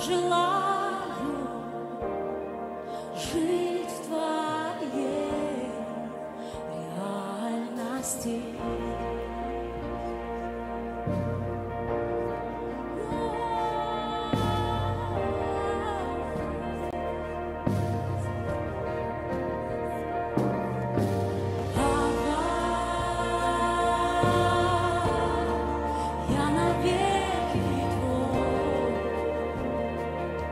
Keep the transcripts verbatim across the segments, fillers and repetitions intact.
желаю жить в Твоей реальности. Я навеки Твой.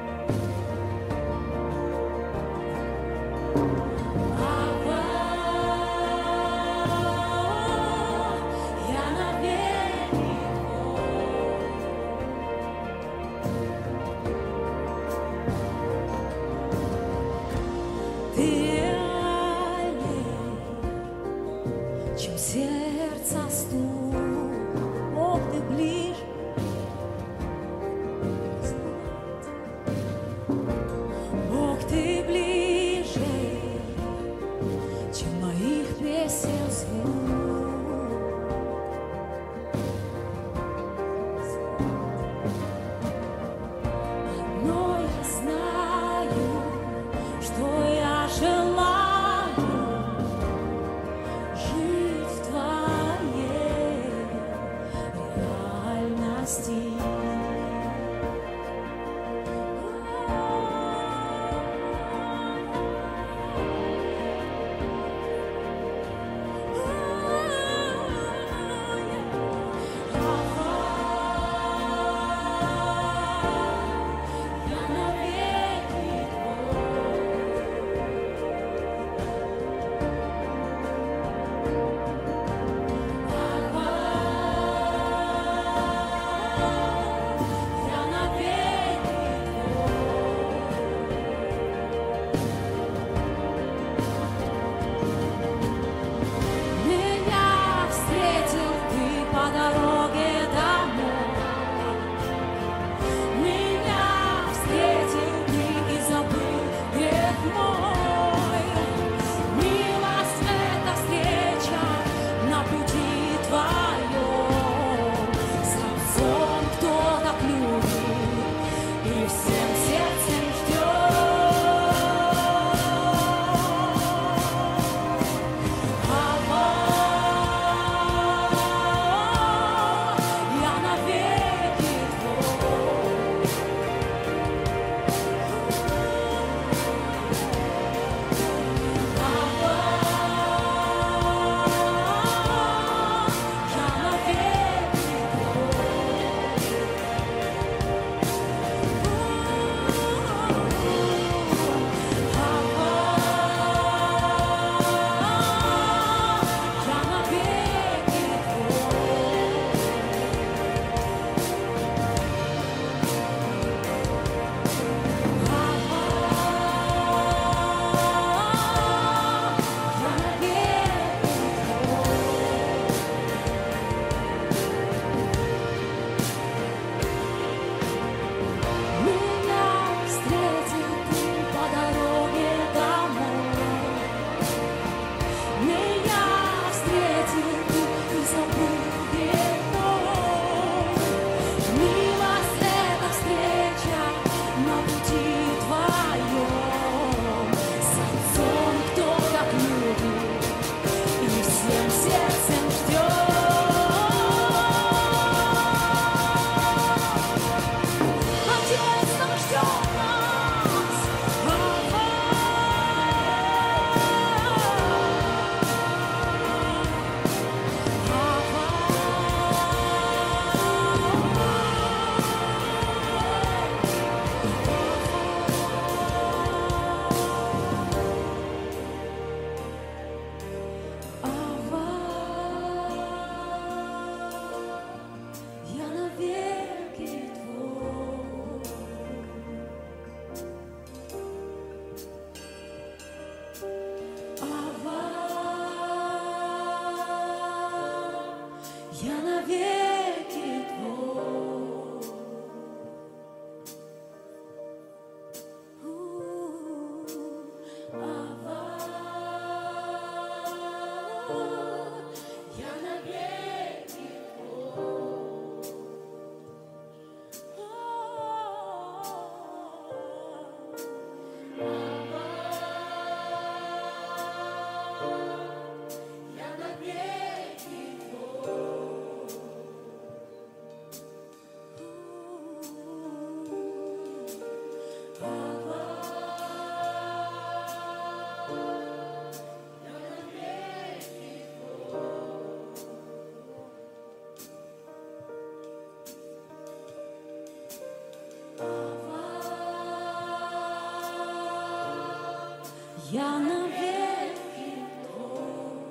Я навеки твой.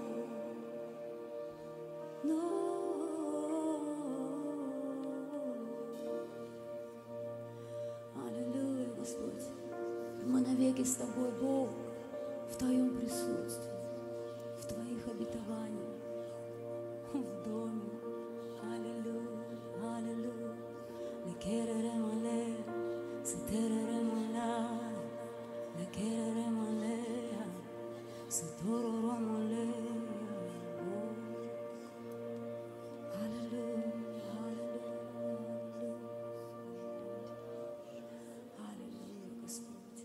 Аллилуйя, Господь. Мы навеки с Тобой, Бог, в Твоем присутствии, в Твоих обетованиях, в доме. Аллилуйя, аллилуйя. Лекереремале, сетереремале, лекереремале, сетороромале. Аллилуйя, аллилуйя, аллилуйя. Аллилуйя, Господь.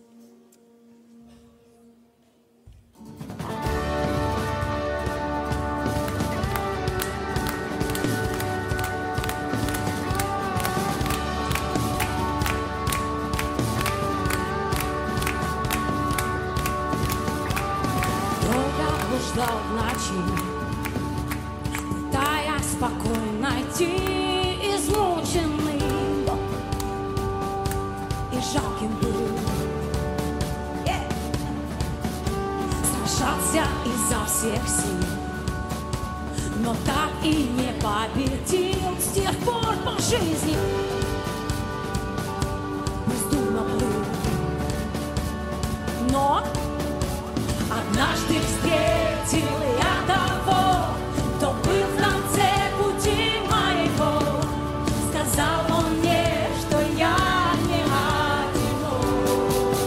Ждал в ночи, пытаясь спокойно найти измученный дом. И жалким был yeah. Сражался изо всех сил, но так и не победил. С тех пор по жизни бездумно плыл, но однажды встретил я того, кто был в конце пути моего. Сказал он мне, что я не одинок.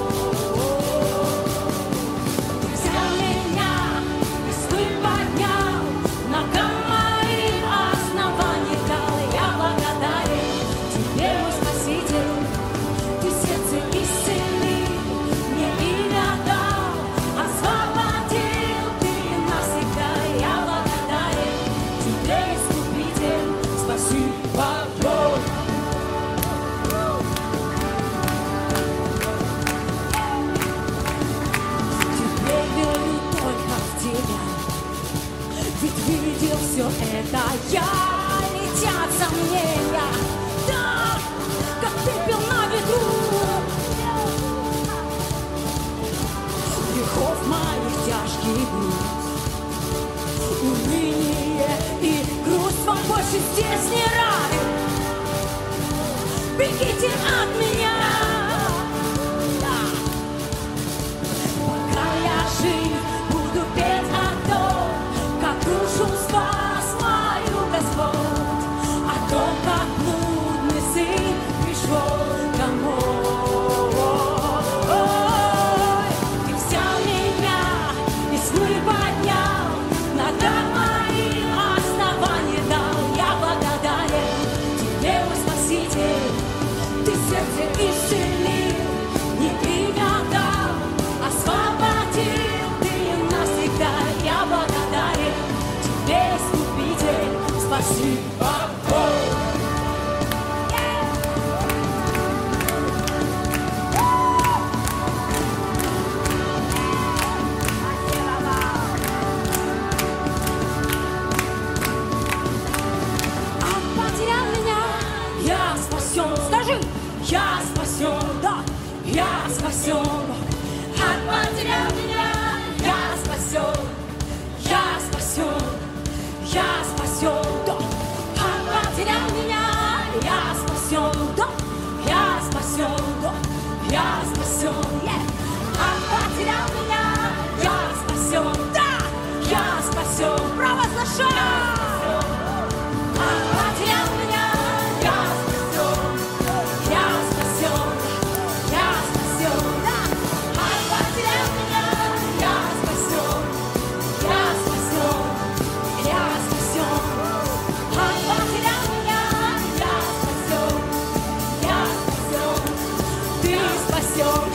Ты взял меня и стуль поднял, ногам моим основание дал. Я благодарен тебе, мой Спаситель. Ты сердце исцелил, мне имя дал, освободил ты навсегда. Я благодарен тебе, Искупитель. Спасибо, Бог. Теперь верю только в тебя, ведь видел все это я. Летят сомнения, да, как пепел на ветру. Грехов моих тяжкий груз, уныние и грусть вам больше здесь не рады. Бегите от меня, да. Пока я жив, буду петь о том, как душу спас мою Господь, о том, как блудный сын пришел домой. Ты взял меня и с тьмы поднял, ногам моим основание дал. Я благодарен тебе, мой Спаситель. Ты сердце исцелил, не имя дал, освободил ты навсегда. Я благодарен тебе, Искупитель. Спасибо, Бог. Потерял меня, я спасен. Скажи, я спасен, да, я спасен. От потерял меня, я спасен, я спасен, я спасен, да. От потерял меня, я спасен, да, я спасен, да, я спасен, yeah. От потерял меня, я спасен, да, я спасен. Провозглашаю. Потерял меня, я спасен, я спасен, я спасен, да. Потерял меня, я спасен, я спасен, я спасен. Потерял меня, я спасен, я спасен, ты спасен.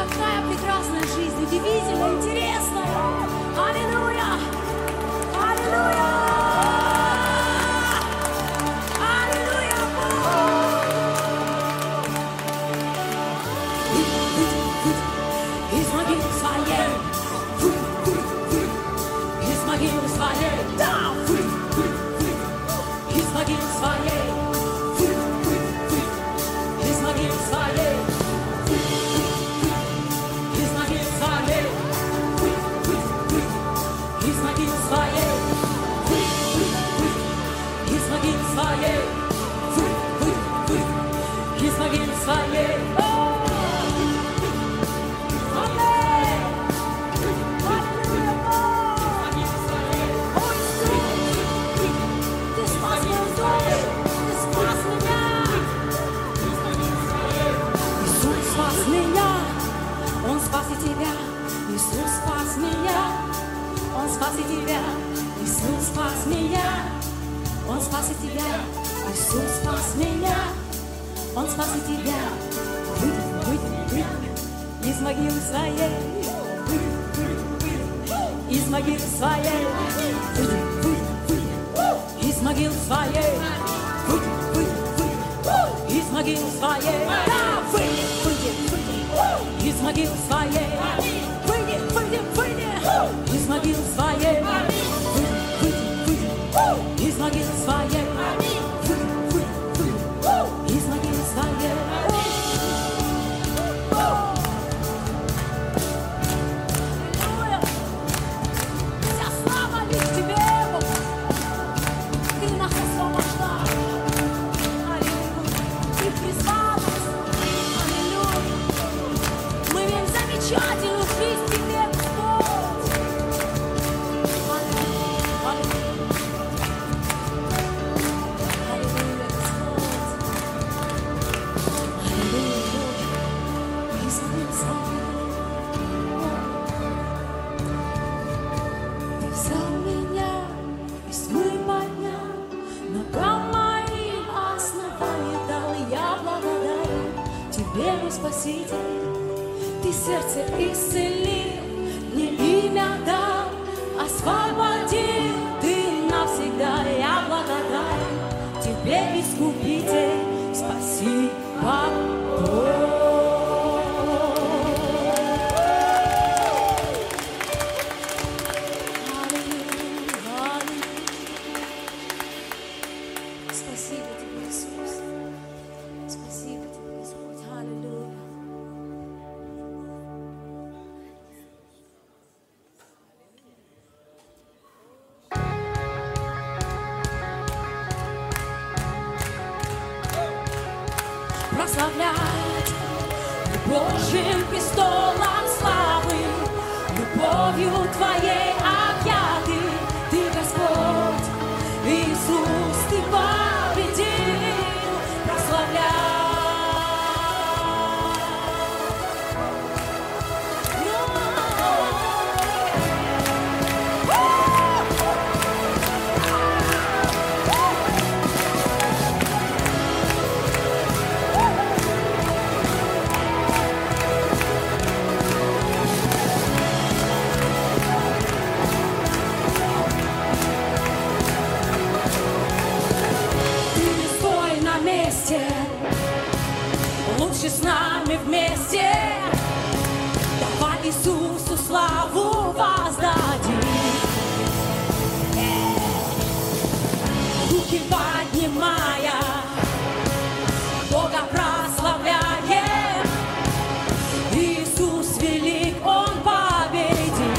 Какая прекрасная жизнь, удивительная, интересная. Аллилуйя! Аллилуйя! Аллилуйя! Из могилы своей, из могилы своей, да! Из могилы своей, из могилы своей, из могилы своей, из могилы своей, из могилы своей, из могилы своей. Иисус спас меня, Он спас и тебя, Иисус спас меня, Он спас и тебя, Иисус спас меня, Он спас и тебя. Выйди, выйди, выйди из могилы своей, из могилы своей, выйди, выйди, выйди из могилы своей, выйди, выйди, выйди из могилы своей, да, выйди, выйди, выйди из могилы своей. Выйди, выйди, выйди из могилы своей. Выйди, выйди, выйди из могилы своей. Выйди, выйди, выйди из могилы своей. Вся слава лишь тебе, Бог. Ты нас освобождал. Аллилуйя. Ты призвал нас. Аллилуйя. Мы имеем замечательную жизнь в тебе, Господь. Аллилуйя. Аллилуйя, Господь. Аллилуйя. Изменил свои. Ты взял меня из тьмы поднял, ногам моим основание дал, и я благодарен тебе, мой Спаситель. Ты сердце исцелил, мне имя дал, освободил ты навсегда. Я благодарен тебе, Искупитель, спасибо, Бог. Спасибо тебе, Иисус. Спасибо тебе, Господь. Аллилуйя. Прославлять Божьим престолом славы, любовью Твоей объяты. Ты Господь, Иисус, Ты победил. Прославлять. Лучше с нами вместе. Давай Иисусу славу воздадим. Руки поднимая, Бога прославляем. Иисус велик, Он победил.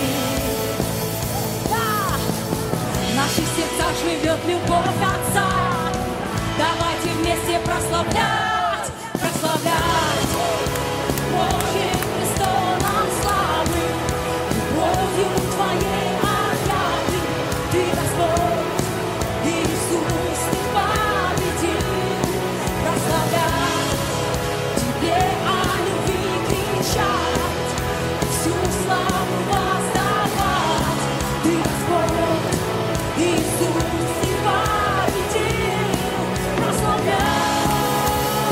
Да, в наших сердцах живет любовь Отца. Давайте вместе прославлять, прославлять Божьим престолом славы, любовью Твоей объяты. Ты Господь, Иисус, Ты победил. Прославлять Тебе о любви кричать, всю славу воздавать. Ты Господь, Иисус, Ты победил. Прославлять.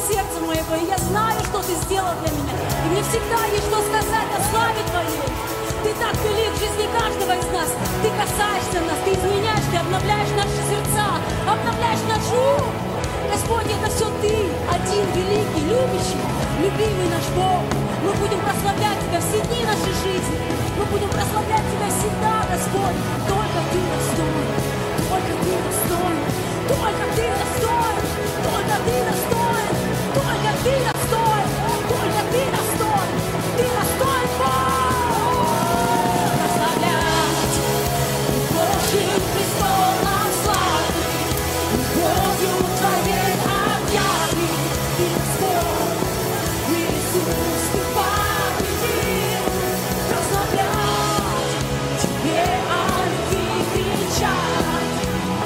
сердца моего, и я знаю, что Ты сделал для меня. И мне всегда есть что сказать о славе Твоей. Ты так велик в жизни каждого из нас. Ты касаешься нас, Ты изменяешь, Ты обновляешь наши сердца, обновляешь наш ум. Господь, это все Ты, один великий, любящий, любимый наш Бог. Мы будем прославлять Тебя все дни нашей жизни. Мы будем прославлять Тебя всегда, Господь. Только Ты достоин, только Ты достоин, только Ты достоин, только Ты достоин, только Ты достоин, только Ты достоин, Ты достоин, Бог. Прославлять Божьим престолом славы, любовью Твоей объятый, Ты Господь, Иисус, Ты победил. Прославлять Тебе о любви кричать,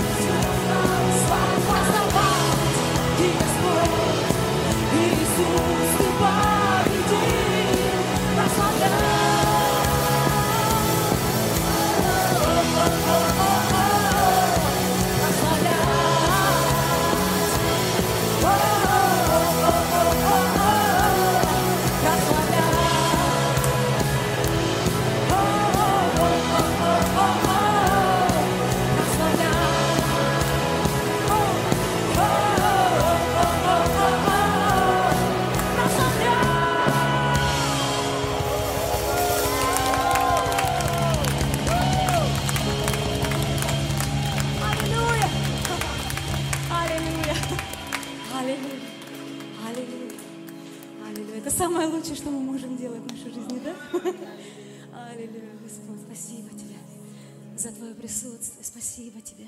славу воздавать, Ты Господь, Иисус, Ты победил. Прославлять. Самое лучшее, что мы можем делать в нашей жизни, да? Аллилуйя, Господь, спасибо Тебе за Твое присутствие, спасибо Тебе.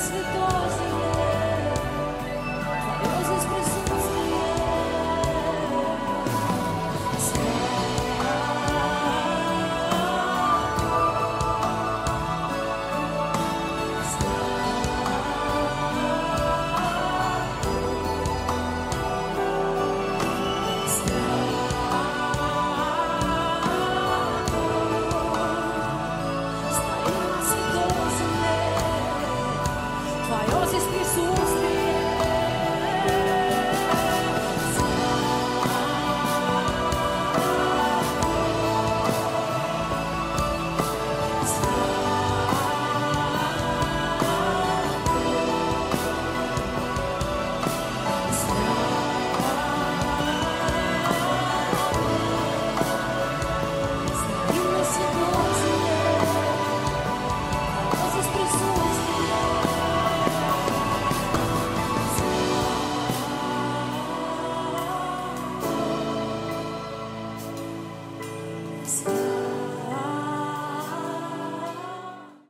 Святой.